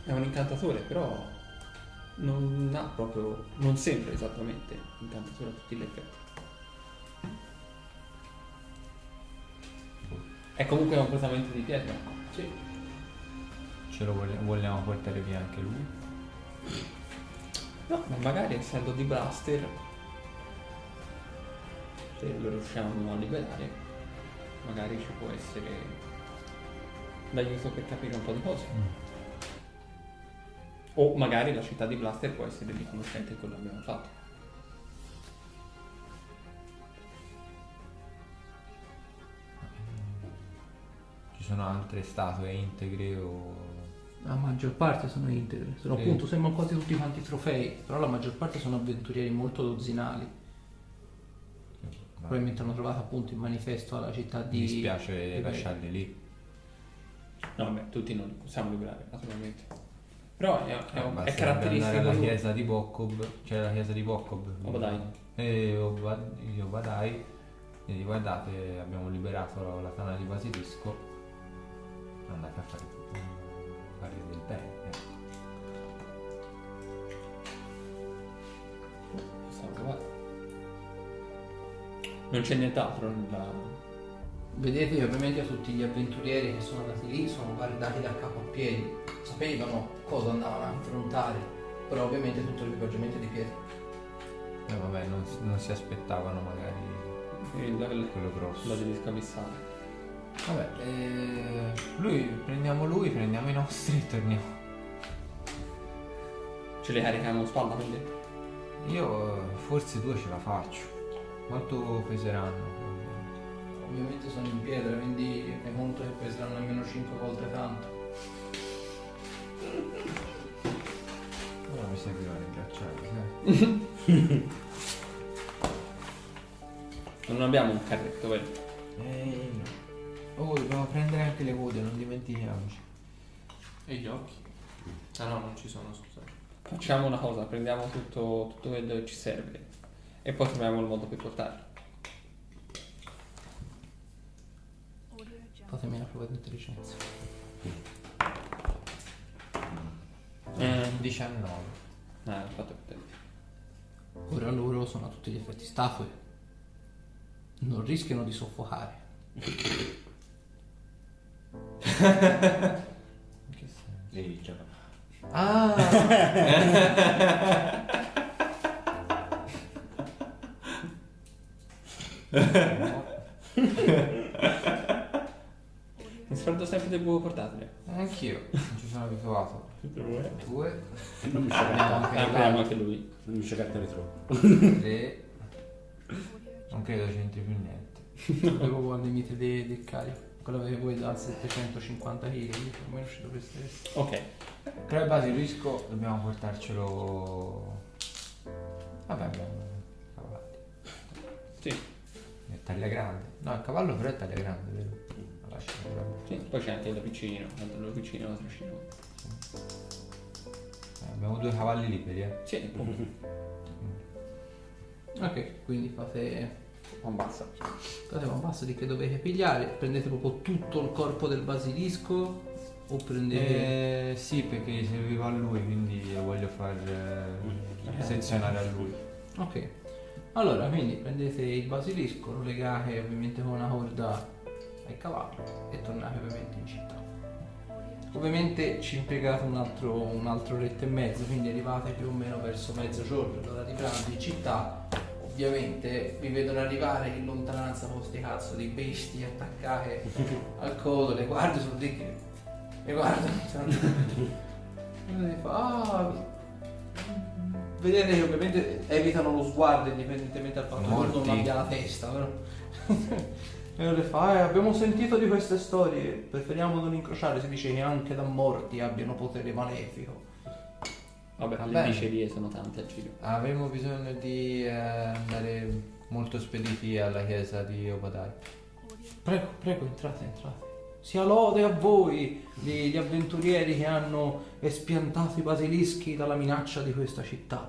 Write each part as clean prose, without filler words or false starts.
È un incantatore, però non ha proprio. Non sembra esattamente incantatore a tutti gli effetti. È comunque completamente di pietra. Sì. Ce lo vogliamo portare via anche lui? No, ma magari essendo di blaster, se lo riusciamo a liberare, magari ci può essere d'aiuto per capire un po' di cose. O magari la città di Blaster può essere riconoscente in quello che abbiamo fatto. Ci sono altre statue integre o... La maggior parte sono integre, sono appunto, sembrano quasi tutti quanti trofei, però la maggior parte sono avventurieri molto dozzinali. Probabilmente hanno trovato appunto il manifesto alla città di... Mi dispiace lasciarli lì. No, vabbè, tutti non li possiamo liberare, naturalmente. Però è Basta caratteristico. andare alla lui. chiesa di Bokob, c'è la chiesa di Bokob. Obadai. E Obadai, e guardate, abbiamo liberato la tana di basilisco, andate a fare del bene. Possiamo provare. Non c'è nient'altro nella... Vedete che ovviamente tutti gli avventurieri che sono andati lì sono guardati da capo a piedi, sapevano cosa andavano a affrontare, però ovviamente tutto l'equipaggiamento è di pietra. Vabbè, non si aspettavano magari quello grosso. La devi scamissare. Vabbè, prendiamo i nostri e torniamo. Ce le carichiamo in spalla, quindi? Io forse 2 ce la faccio. Quanto peseranno? Ovviamente sono in pietra, quindi fai conto che peseranno almeno 5 volte tanto. Ora mi servivano i ghiacciai, sai? Non abbiamo un carretto, vero? No. Oh, dobbiamo prendere anche le code, non dimentichiamoci. E gli occhi? Ah no, non ci sono, scusate. Facciamo una cosa, prendiamo tutto quello che ci serve e poi troviamo il modo per portarlo. Fatemi una prova di intelligenza. 19. Ho fatto per te. Ora loro sono a tutti gli effetti statue. Non rischiano di soffocare. Che senso? Lì, già. Ah! Mi scordo sempre del buco portatile. Anch'io, non ci sono abituato. 2. Non mi Apriamo anche lui. Non mi sciaccattare troppo. 3. Non credo c'entri più niente. Avevo quando limite del carico. Quello che voi da 750 kg, quindi più o meno ci dovreste essere. Ok. Però il basilisco dobbiamo portarcelo... Vabbè, abbiamo cavalli. Sì. È taglia grande. No, il cavallo però è taglia grande, vero? Lasciamo grande. Sì. Poi c'è anche il da piccino, l'altro piccino, l'altro vicino. Abbiamo 2 cavalli liberi, Sì, Ok, quindi fate non basta. un passo di che dovete pigliare. Prendete proprio tutto il corpo del basilisco o prendete... Sì, perché serviva a lui, quindi lo voglio far sezionare a lui. Ok. Allora, quindi prendete il basilisco, lo legate ovviamente con una corda al cavallo e tornate ovviamente in città. Ovviamente ci impiegate un altro oretta e mezzo, quindi arrivate più o meno verso mezzogiorno, l'ora di pranzo in città. Ovviamente vi vedono arrivare in lontananza con questi cazzo di bestie attaccate al codo, le guardie sono lì che le guardano e fa vedete che ovviamente evitano lo sguardo indipendentemente dal fatto che uno non abbia la testa, però e le fa abbiamo sentito di queste storie, preferiamo non incrociare, si dice che anche da morti abbiano potere malefico. Vabbè, le dicerie sono tante al giro. Avremo bisogno di andare molto spediti alla chiesa di Obadai. Prego, entrate. Sia lode a voi, gli avventurieri che hanno espiantato i basilischi dalla minaccia di questa città.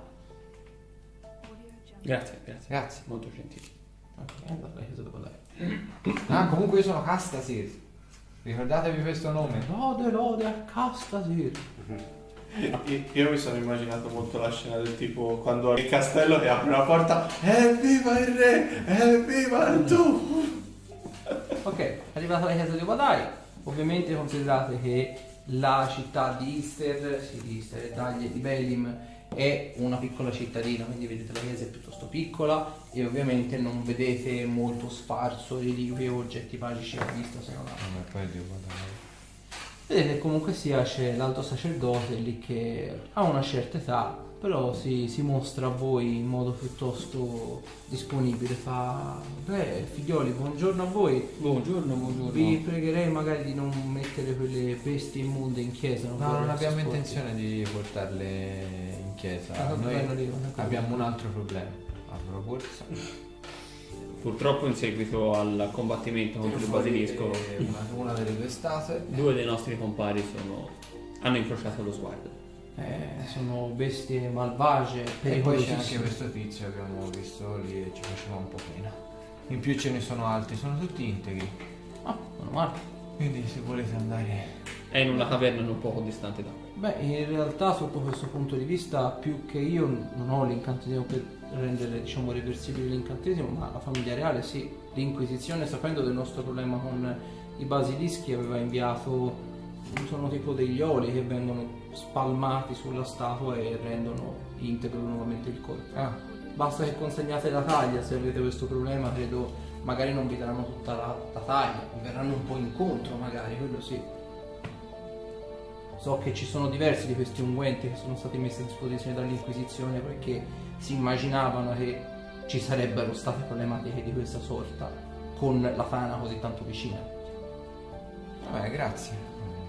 Grazie. Grazie. Molto gentili. Ok, andate alla chiesa di Obadai. Ah, comunque io sono Castasir. Ricordatevi questo nome. Lode a Castasir. Io mi sono immaginato molto la scena del tipo quando il castello che apre la porta, evviva il re, evviva il tu. Ok, arrivata alla chiesa di Obadai, ovviamente considerate che la città di Ister, sì, di Ister e Taglie di Belim, è una piccola cittadina, quindi vedete la chiesa è piuttosto piccola e ovviamente non vedete molto sparso reliquie o oggetti magici a vista se non altro. E poi devo dare. Vedete comunque sia c'è l'alto sacerdote lì che ha una certa età, però si mostra a voi in modo piuttosto disponibile, fa beh figlioli buongiorno a voi, Buongiorno. vi pregherei magari di non mettere quelle bestie immonde in chiesa. No, vorrei non abbiamo sporchi." intenzione di portarle in chiesa. Ah, Noi bello lì, abbiamo un altro problema a proporsi. Purtroppo in seguito al combattimento contro il basilisco, Una delle due statue. 2 dei nostri compari hanno incrociato lo sguardo. Sono bestie malvagie, E poi c'è pericolosissime. anche questo tizio che abbiamo visto lì e ci faceva un po' pena. In più ce ne sono altri, sono tutti integri. Ah, meno male. Quindi se volete andare. È in una caverna non poco distante da qua. Beh, in realtà sotto questo punto di vista, più che io non ho l'incantesimo per rendere, diciamo, reversibile l'incantesimo, ma la famiglia reale sì. L'Inquisizione, sapendo del nostro problema con i basilischi, aveva inviato, sono tipo degli oli che vengono spalmati sulla statua e rendono integro nuovamente il corpo. Basta che consegnate la taglia, se avete questo problema, credo, magari non vi daranno tutta la taglia, vi verranno un po' incontro magari, quello sì. So che ci sono diversi di questi unguenti che sono stati messi a disposizione dall'Inquisizione perché si immaginavano che ci sarebbero state problematiche di questa sorta con la tana così tanto vicina. Vabbè, grazie.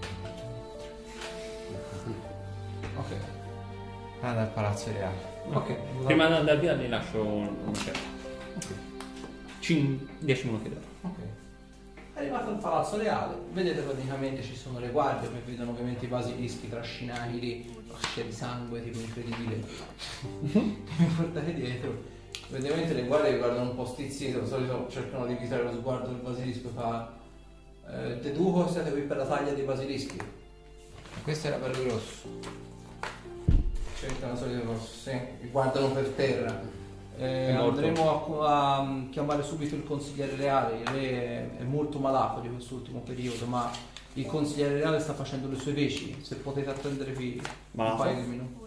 Ok. Vado al palazzo reale. Ok. Prima di andare via vi lascio un certo. 10 minuti dopo. Ok. Arrivato al palazzo reale, vedete praticamente ci sono le guardie che vedono ovviamente i basilischi trascinati lì, scia di sangue tipo incredibile. Mi portate dietro. Ovviamente le guardie vi guardano un po' stizzite, di solito cercano di evitare lo sguardo del basilisco e fa deduco siete qui per la taglia dei basilischi. Questo era bello grosso. Cercano il solito rosso, sì, mi guardano per terra. morto. Andremo a chiamare subito il consigliere reale. Il re è molto malato di quest'ultimo periodo, ma il consigliere reale sta facendo le sue veci. Se potete attendervi un Malato? paio di minuti.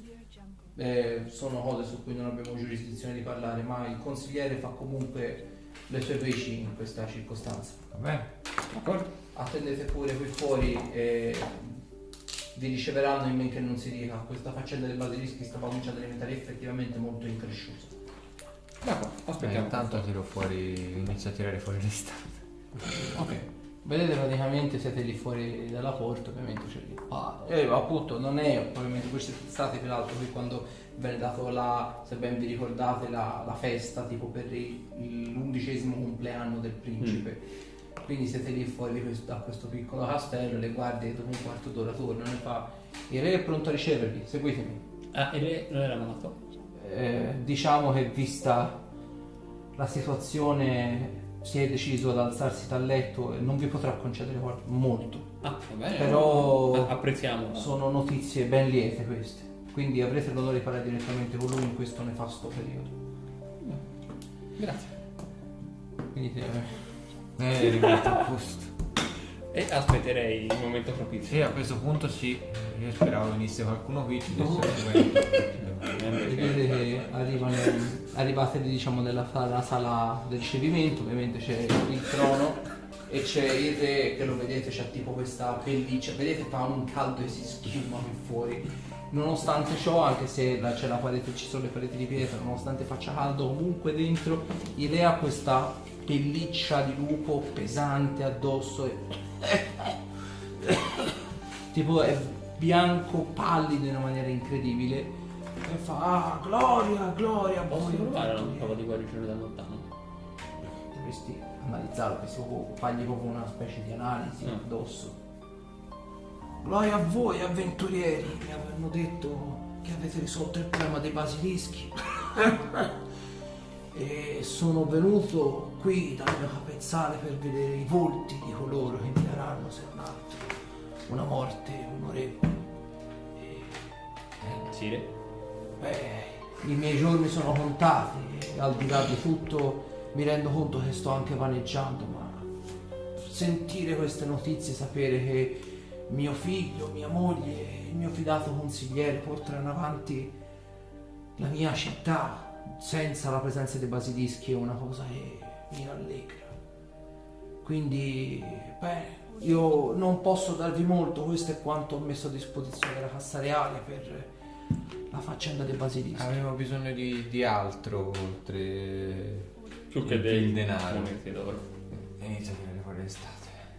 Sono cose su cui non abbiamo giurisdizione di parlare, ma il consigliere fa comunque le sue veci in questa circostanza. Va bene. D'accordo? Attendete pure qui fuori e vi riceveranno in men che non si dica. Questa faccenda dei basilischi sta cominciando a diventare effettivamente molto incresciosa. D'accordo, aspettiamo. Intanto tiro fuori, inizio a tirare fuori le statue. Ok. Vedete praticamente siete lì fuori dalla porta, ovviamente c'è lì. Appunto non è, ovviamente voi siete stati peraltro qui quando venne dato se ben vi ricordate, la festa tipo per l'11° compleanno del principe. Quindi siete lì fuori da questo piccolo castello, le guardie dopo un quarto d'ora tornano e fa il re è pronto a ricevervi, seguitemi. Ah, il re non era malato? Diciamo che vista la situazione si è deciso ad alzarsi dal letto e non vi potrà concedere molto. Ah, va bene. Però apprezziamo. sono notizie ben liete queste, quindi avrete l'onore di parlare direttamente con lui in questo nefasto periodo. Grazie. Quindi Rimetto a posto. E aspetterei il momento propizio. Sì, a questo punto sì. Io speravo venisse qualcuno qui, ci desse vedete che arrivate lì, diciamo nella sala del ricevimento, ovviamente c'è il trono e c'è il re che lo vedete, c'è tipo questa pelliccia, vedete fa un caldo e si schiuma qui fuori. Nonostante ciò, anche se c'è la parete, ci sono le pareti di pietra, nonostante faccia caldo comunque dentro, il re ha questa pelliccia di lupo pesante addosso e tipo è bianco pallido in una maniera incredibile e fa gloria Posso provare una prova di guarigione da lontano? dovresti analizzarlo, fargli proprio una specie di analisi addosso. Gloria a voi avventurieri, mi avevano detto che avete risolto il problema dei basilischi e sono venuto qui dal mio capezzale per vedere i volti di coloro che mi daranno se non altro una morte onorevole. E Sire? I miei giorni sono contati e al di là di tutto mi rendo conto che sto anche vaneggiando, ma sentire queste notizie, sapere che mio figlio, mia moglie e il mio fidato consigliere porteranno avanti la mia città senza la presenza dei basilischi è una cosa che mi rallegra. Quindi, io non posso darvi molto, questo è quanto ho messo a disposizione della Cassa Reale per la faccenda dei basilischi. Avevo bisogno di altro oltre Più che il denaro. monete d'oro. Inizia a tirare fuori l'estate.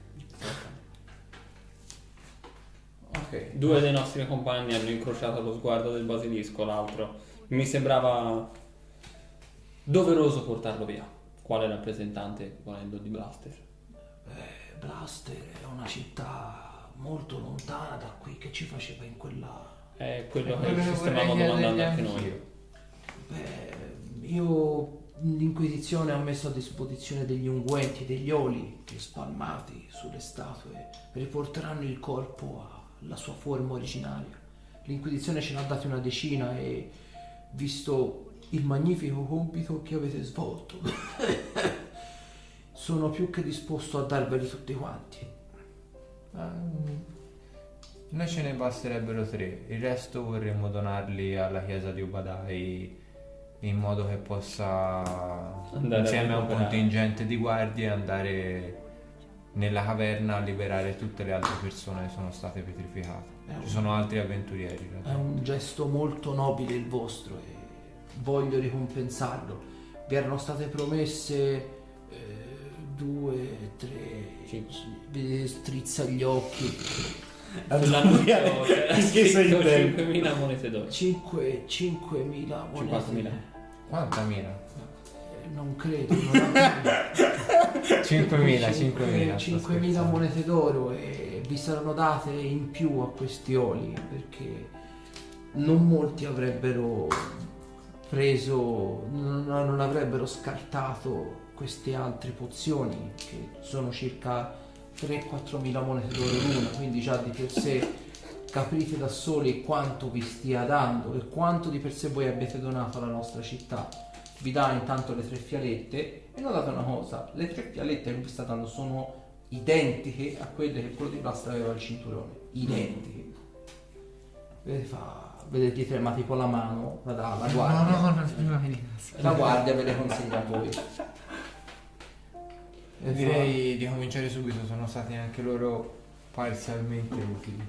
Ok. Due dei nostri compagni hanno incrociato lo sguardo del basilisco, l'altro mi sembrava doveroso portarlo via. Quale rappresentante, volendo, di Blaster? Blaster è una città molto lontana da qui, che ci faceva in quella... È quello È quello che che ci stavamo vorrei domandando chiedergli anche noi. Io l'Inquisizione ha messo a disposizione degli unguenti, degli oli che spalmati sulle statue riporteranno il corpo alla sua forma originaria. L'Inquisizione ce ne ha dati una decina e, visto il magnifico compito che avete svolto, sono più che disposto a darveli tutti quanti. Noi ce ne basterebbero 3, il resto vorremmo donarli alla chiesa di Ubadai in modo che possa, Andare insieme a un recuperare. contingente di guardie, andare nella caverna a liberare tutte le altre persone che sono state petrificate. Ci sono altri avventurieri in È realtà. un gesto molto nobile il vostro e voglio ricompensarlo. Vi erano state promesse 2, 3, vi strizza gli occhi. Sull'annuncio c'era Che sei scritto in 5.000 monete d'oro. 5.000 monete. 50.000. Quanta mira? Non credo. Non ha 5.000. 5.000 monete d'oro e vi saranno date in più a questi oli perché non molti avrebbero preso, non avrebbero scartato queste altre pozioni che sono circa 3-4.000 monete d'oro l'una, quindi già di per sé capite da soli quanto vi stia dando e quanto di per sé voi avete donato alla nostra città. Vi dà intanto le 3 fialette e notate una cosa, le 3 fialette che vi sta dando sono identiche a quelle che quello di Blaster aveva al cinturone, identiche. Vedete gli trema tipo la mano, la dà alla guardia. La guardia ve le consiglia a voi. E Direi di cominciare subito, sono stati anche loro parzialmente utili.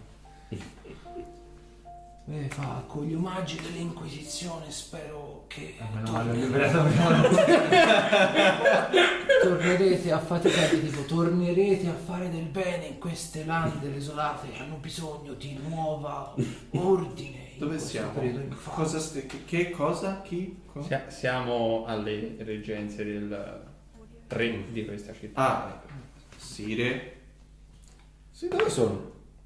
con gli omaggi dell'Inquisizione spero che Meno male ho liberato mia tornerete a faticare, tipo tornerete a fare del bene in queste lande desolate che hanno bisogno di nuova ordine. in Dove questo siamo? periodo infame. Che cosa? Chi? Siamo alle reggenze del re di questa città. Ah, Sire. Sì, dove sono?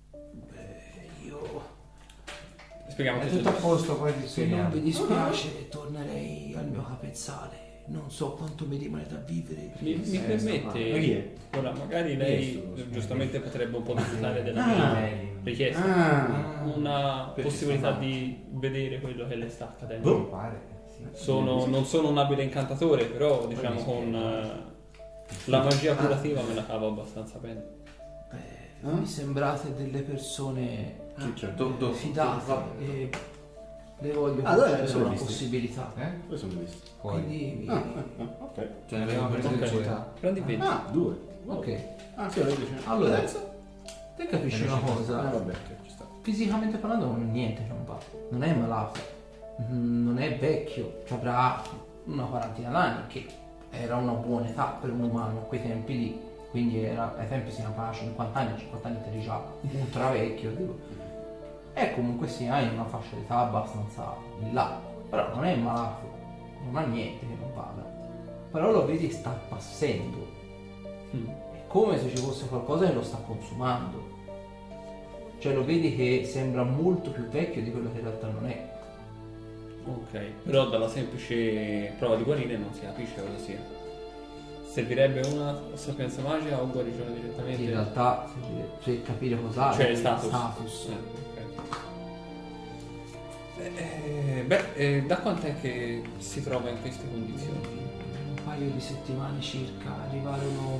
Io, Spieghiamo È tutto. tutto a posto, poi ti se non vi spieghiamo. dispiace, tornerei al mio capezzale. Non so quanto mi rimane da vivere. Mi permette, Ma chi è? ora magari Chi lei è sto? giustamente potrebbe un po' disfruttare della Ah. mia richiesta. Ah, Una Perché possibilità sta di vedere quello che le sta accadendo. Boh. Pare, sì. Non sono un abile incantatore, però diciamo con la magia curativa me la cavo abbastanza bene. Mi sembrate delle persone chi c'è? fidate e le voglio Ah, dove concedere sono una visti? possibilità. Dove sono visti? Fuori. Quindi, Ok. Ce ne abbiamo preso in Ok. città. Prendi 20. Ah, 2. ok. Ah, sì, lei dice. Allora, Adesso? te capisci una Ah, cosa? vabbè, ok, ci sta. Fisicamente parlando non niente che non va. Non è malato, non è vecchio, avrà una quarantina d'anni, che era una buona età per un umano a quei tempi lì. Quindi ai tempi si chiamava 50 anni, 50 anni te già ultra vecchio, tipo. E comunque sia in una fascia d'età abbastanza in là. Però non è malato, non ha niente che non vada. Però lo vedi sta appassendo. È come se ci fosse qualcosa che lo sta consumando. Cioè lo vedi che sembra molto più vecchio di quello che in realtà non è. Ok, però dalla semplice prova di guarire non si capisce cosa sia. Servirebbe una sapienza magica o guarigione direttamente? In realtà per capire cos'ha Cioè è status. status. Ok. Da quant'è che si trova in queste condizioni? Un paio di settimane circa arrivarono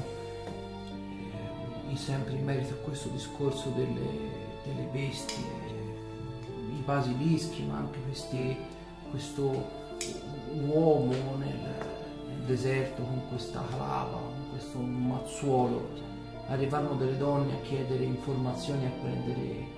sempre in merito a questo discorso delle bestie, i basilischi, ma anche questo uomo nel deserto con questa lava, con questo mazzuolo. Arrivarono delle donne a chiedere informazioni, a prendere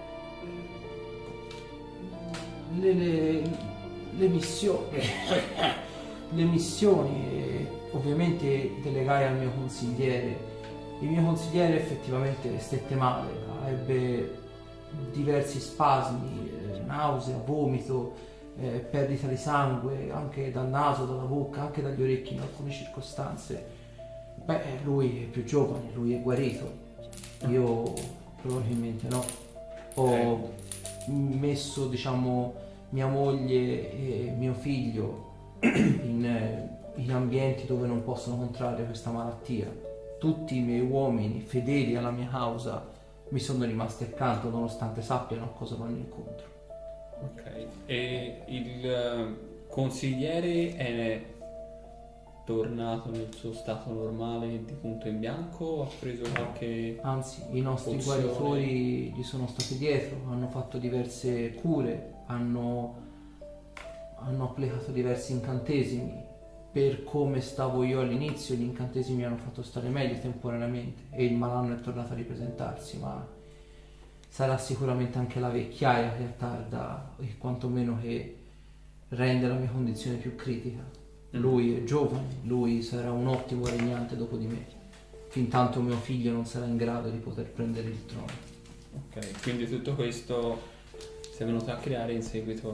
le missioni. Le missioni, e ovviamente delegai al mio consigliere. Il mio consigliere effettivamente stette male, ebbe diversi spasmi, nausea, vomito, perdita di sangue anche dal naso, dalla bocca, anche dagli orecchi in alcune circostanze. Lui è più giovane, lui è guarito, io probabilmente no. Ho messo, diciamo, mia moglie e mio figlio in ambienti dove non possono contrarre questa malattia. Tutti i miei uomini fedeli alla mia causa mi sono rimasti accanto nonostante sappiano a cosa vanno incontro. Ok, e il consigliere è tornato nel suo stato normale di punto in bianco o ha preso qualche... Anzi, i nostri pozione? guaritori gli sono stati dietro, hanno fatto diverse cure, hanno applicato diversi incantesimi. Per come stavo io all'inizio, gli incantesimi mi hanno fatto stare meglio temporaneamente e il malanno è tornato a ripresentarsi, ma sarà sicuramente anche la vecchiaia che attarda e quantomeno che rende la mia condizione più critica. Lui è giovane, lui sarà un ottimo regnante dopo di me, fin tanto mio figlio non sarà in grado di poter prendere il trono. Ok, quindi tutto questo si è venuto a creare in seguito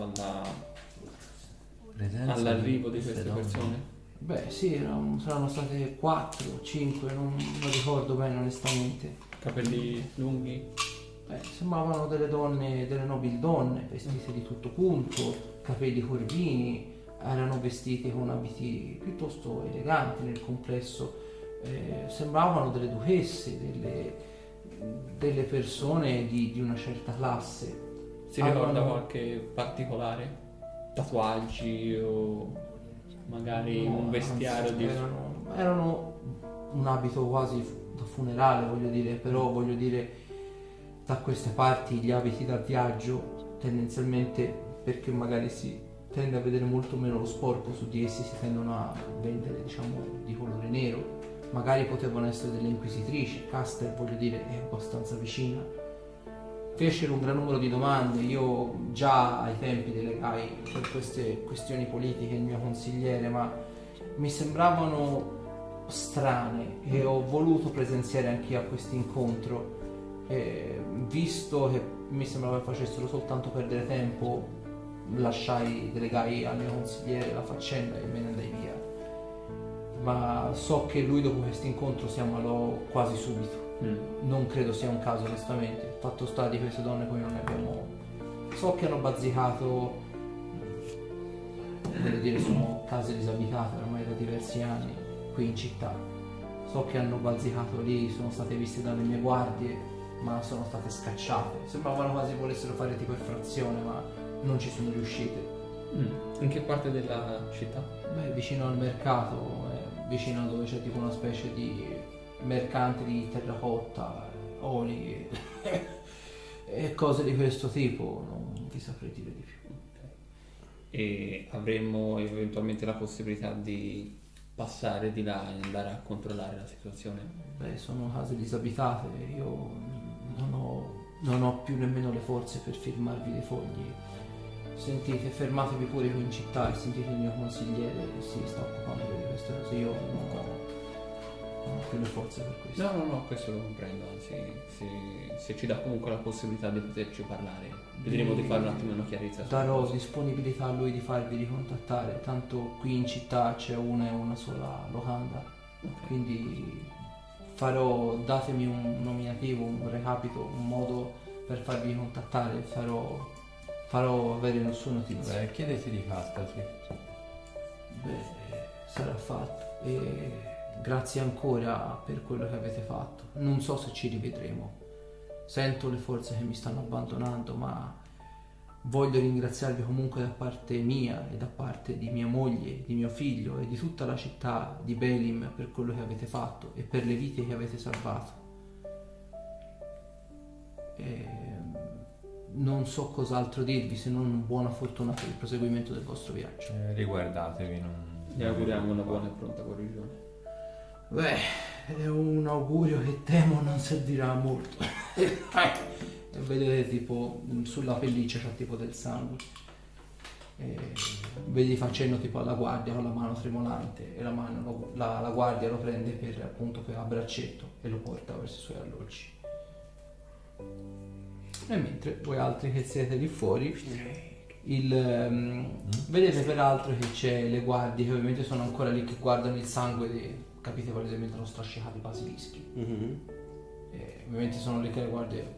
all'arrivo di queste persone? Beh sì, saranno state 4 o 5, non ricordo bene onestamente. Capelli lunghi? Sembravano delle donne, delle nobili donne, vestite di tutto punto, capelli corvini, erano vestiti con abiti piuttosto eleganti nel complesso, sembravano delle duchesse, delle persone di una certa classe. Si ricorda qualche particolare? Tatuaggi o magari un vestiario anzi, di... erano un abito quasi da funerale, voglio dire, però voglio dire, da queste parti gli abiti da viaggio tendenzialmente, perché magari si tende a vedere molto meno lo sporco su di essi, si tendono a vendere, diciamo, di colore nero. Magari potevano essere delle inquisitrici, Caster, voglio dire, è abbastanza vicina. Fecero un gran numero di domande, io già ai tempi delegai per queste questioni politiche il mio consigliere, ma mi sembravano strane e ho voluto presenziare anch'io a questo incontro. Visto che mi sembrava che facessero soltanto perdere tempo, delegai al mio consigliere la faccenda e me ne andai via. Ma so che lui dopo questo incontro si ammalò quasi subito. Non credo sia un caso onestamente. Fatto sta di queste donne poi non ne abbiamo. So che hanno bazzicato, voglio dire, sono case disabitate ormai da diversi anni qui in città. So che hanno bazzicato lì, sono state viste dalle mie guardie, ma sono state scacciate. Sembravano quasi volessero fare tipo effrazione, ma non ci sono riuscite. In che parte della città? Beh, vicino al mercato, vicino a dove c'è tipo una specie di mercante di terracotta, oli e cose di questo tipo, non vi saprei dire di più. Okay. E avremmo eventualmente la possibilità di passare di là e andare a controllare la situazione? Beh, sono case disabitate, io non ho più nemmeno le forze per firmarvi dei fogli. Sentite, fermatevi pure qui in città e sentite il mio consigliere che si sta occupando di queste cose. Io non ho più le forze per questo. No, questo lo comprendo, anzi, se ci dà comunque la possibilità di poterci parlare, vedremo di fare un attimo una chiarezza. Darò disponibilità a lui di farvi ricontattare, tanto qui in città c'è una e una sola locanda, quindi datemi un nominativo, un recapito, un modo per farvi contattare, farò avere le sue notizie. Beh, chiedete di Caster, sì. Beh, sarà fatto e grazie ancora per quello che avete fatto. Non so se ci rivedremo, sento le forze che mi stanno abbandonando, ma Voglio ringraziarvi comunque da parte mia e da parte di mia moglie, di mio figlio e di tutta la città di Belim per quello che avete fatto e per le vite che avete salvato. Non so cos'altro dirvi se non buona fortuna per il proseguimento del vostro viaggio. Riguardatevi, non... Gli auguriamo una buona e pronta guarigione. Beh, è un augurio che temo non servirà a molto. E vedete tipo sulla pelliccia c'ha tipo del sangue. E vedi facendo tipo alla guardia con la mano tremolante e la guardia lo prende per appunto per a braccetto e lo porta verso i suoi alloggi. E mentre voi altri che siete lì fuori vedete peraltro che c'è le guardie che ovviamente sono ancora lì che guardano il sangue capite palesemente sono strascicati i basilischi. E ovviamente sono lì che le guardie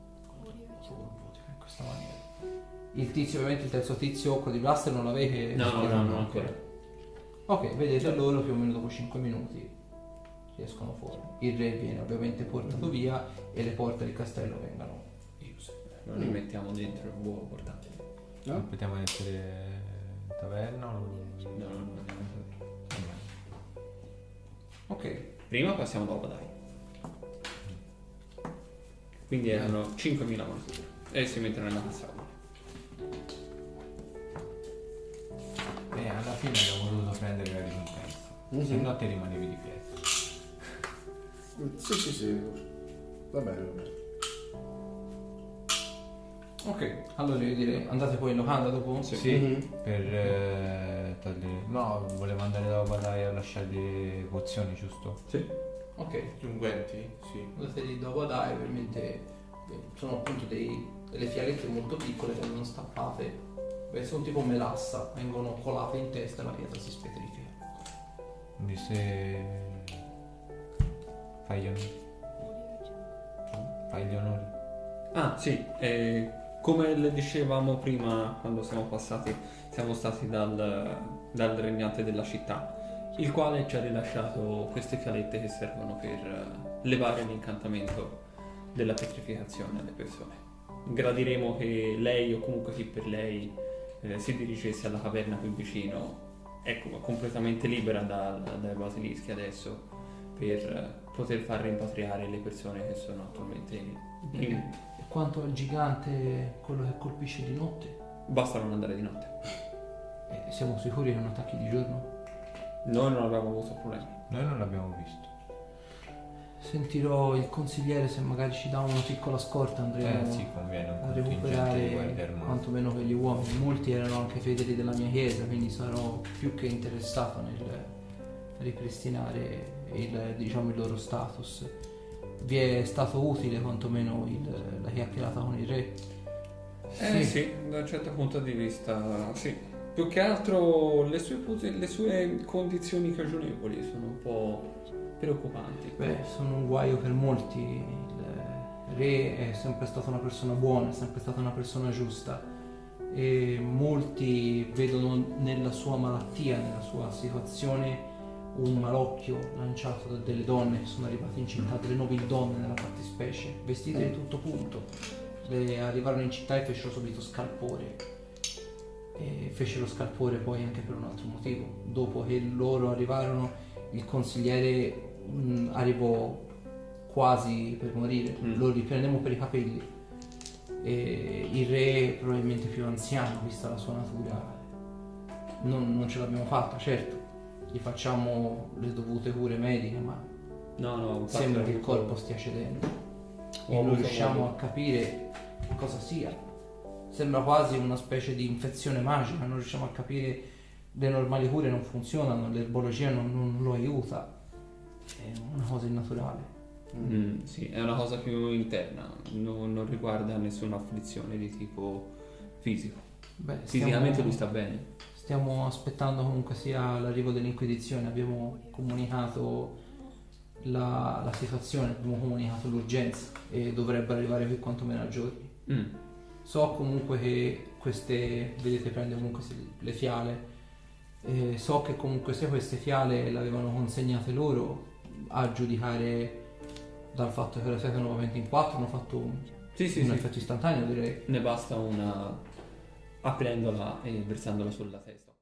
in questa maniera. Il tizio, ovviamente il terzo tizio, quello di Blaster non l'avete? No, ancora. Ok, vedete loro più o meno dopo 5 minuti escono fuori. Il re viene ovviamente portato via e le porte del castello vengono chiuse. Non li mettiamo dentro il buco portatile. No? Potevamo essere in taverna o... No, non andiamo in taverna. Ok. Prima passiamo dopo, dai. Quindi erano 5.000 monete e si mettono nella cassa. Beh, alla fine abbiamo dovuto prendere la ricompensa. Se no te rimanevi di piedi. Sì. Va bene. Ok, allora io direi andate poi in locanda dopo? Sì. Per togliere... No, volevo andare da Obadai a lasciare le pozioni, giusto? Sì. Ok, Gli unguenti? Sì. andate lì dopo dai, ovviamente sono appunto delle fialette molto piccole che vengono stappate. Sono tipo melassa, vengono colate in testa e la pietra si spietrifica. Quindi se... Fai gli onori. Ah, sì. Come le dicevamo prima quando siamo stati dal regnante della città, il quale ci ha rilasciato queste fialette che servono per levare l'incantamento della petrificazione alle persone. Gradiremo che lei o comunque chi per lei si dirigesse alla caverna più vicino, ecco, completamente libera dai basilischi adesso, per poter far rimpatriare le persone che sono attualmente in... E quanto al gigante, quello che colpisce di notte? Basta non andare di notte. Siamo sicuri che non attacchi di giorno? Noi non abbiamo avuto problemi. Noi non l'abbiamo visto. Sentirò il consigliere se magari ci dà una piccola scorta, andremo Sì, conviene un a contingente di guardia recuperare armata. quantomeno quegli uomini. Molti erano anche fedeli della mia chiesa, quindi sarò più che interessato nel ripristinare il loro status. Vi è stato utile quantomeno la chiacchierata con il re? Sì, da un certo punto di vista sì. Più che altro le sue condizioni cagionevoli sono un po' preoccupanti. Beh, sono un guaio per molti. Il re è sempre stata una persona buona, è sempre stata una persona giusta e molti vedono nella sua malattia, nella sua situazione, un malocchio lanciato da delle donne che sono arrivate in città, delle nobili donne nella fattispecie, vestite di tutto punto. Le arrivarono in città e fecero subito scalpore. E fecero scalpore poi anche per un altro motivo. Dopo che loro arrivarono, il consigliere arrivò quasi per morire. Lo riprendemmo per i capelli. E il re, probabilmente più anziano, vista la sua natura, non ce l'abbiamo fatta, certo. Gli facciamo le dovute cure mediche, ma No, sembra che il corpo stia cedendo. E non riusciamo a capire che cosa sia. Sembra quasi una specie di infezione magica, non riusciamo a capire, le normali cure non funzionano, l'erbologia non lo aiuta. È una cosa innaturale. Sì, è una cosa più interna, non riguarda nessuna afflizione di tipo fisico. Beh, Fisicamente lui sta bene. Stiamo aspettando comunque sia l'arrivo dell'Inquisizione, abbiamo comunicato la situazione, abbiamo comunicato l'urgenza e dovrebbe arrivare qui quantomeno a giorni. So comunque che queste, vedete, prende comunque le fiale, so che comunque se queste fiale le avevano consegnate loro, a giudicare dal fatto che ora siete nuovamente in 4, hanno fatto un effetto istantaneo, direi. Ne basta una aprendola e versandola sulla testa.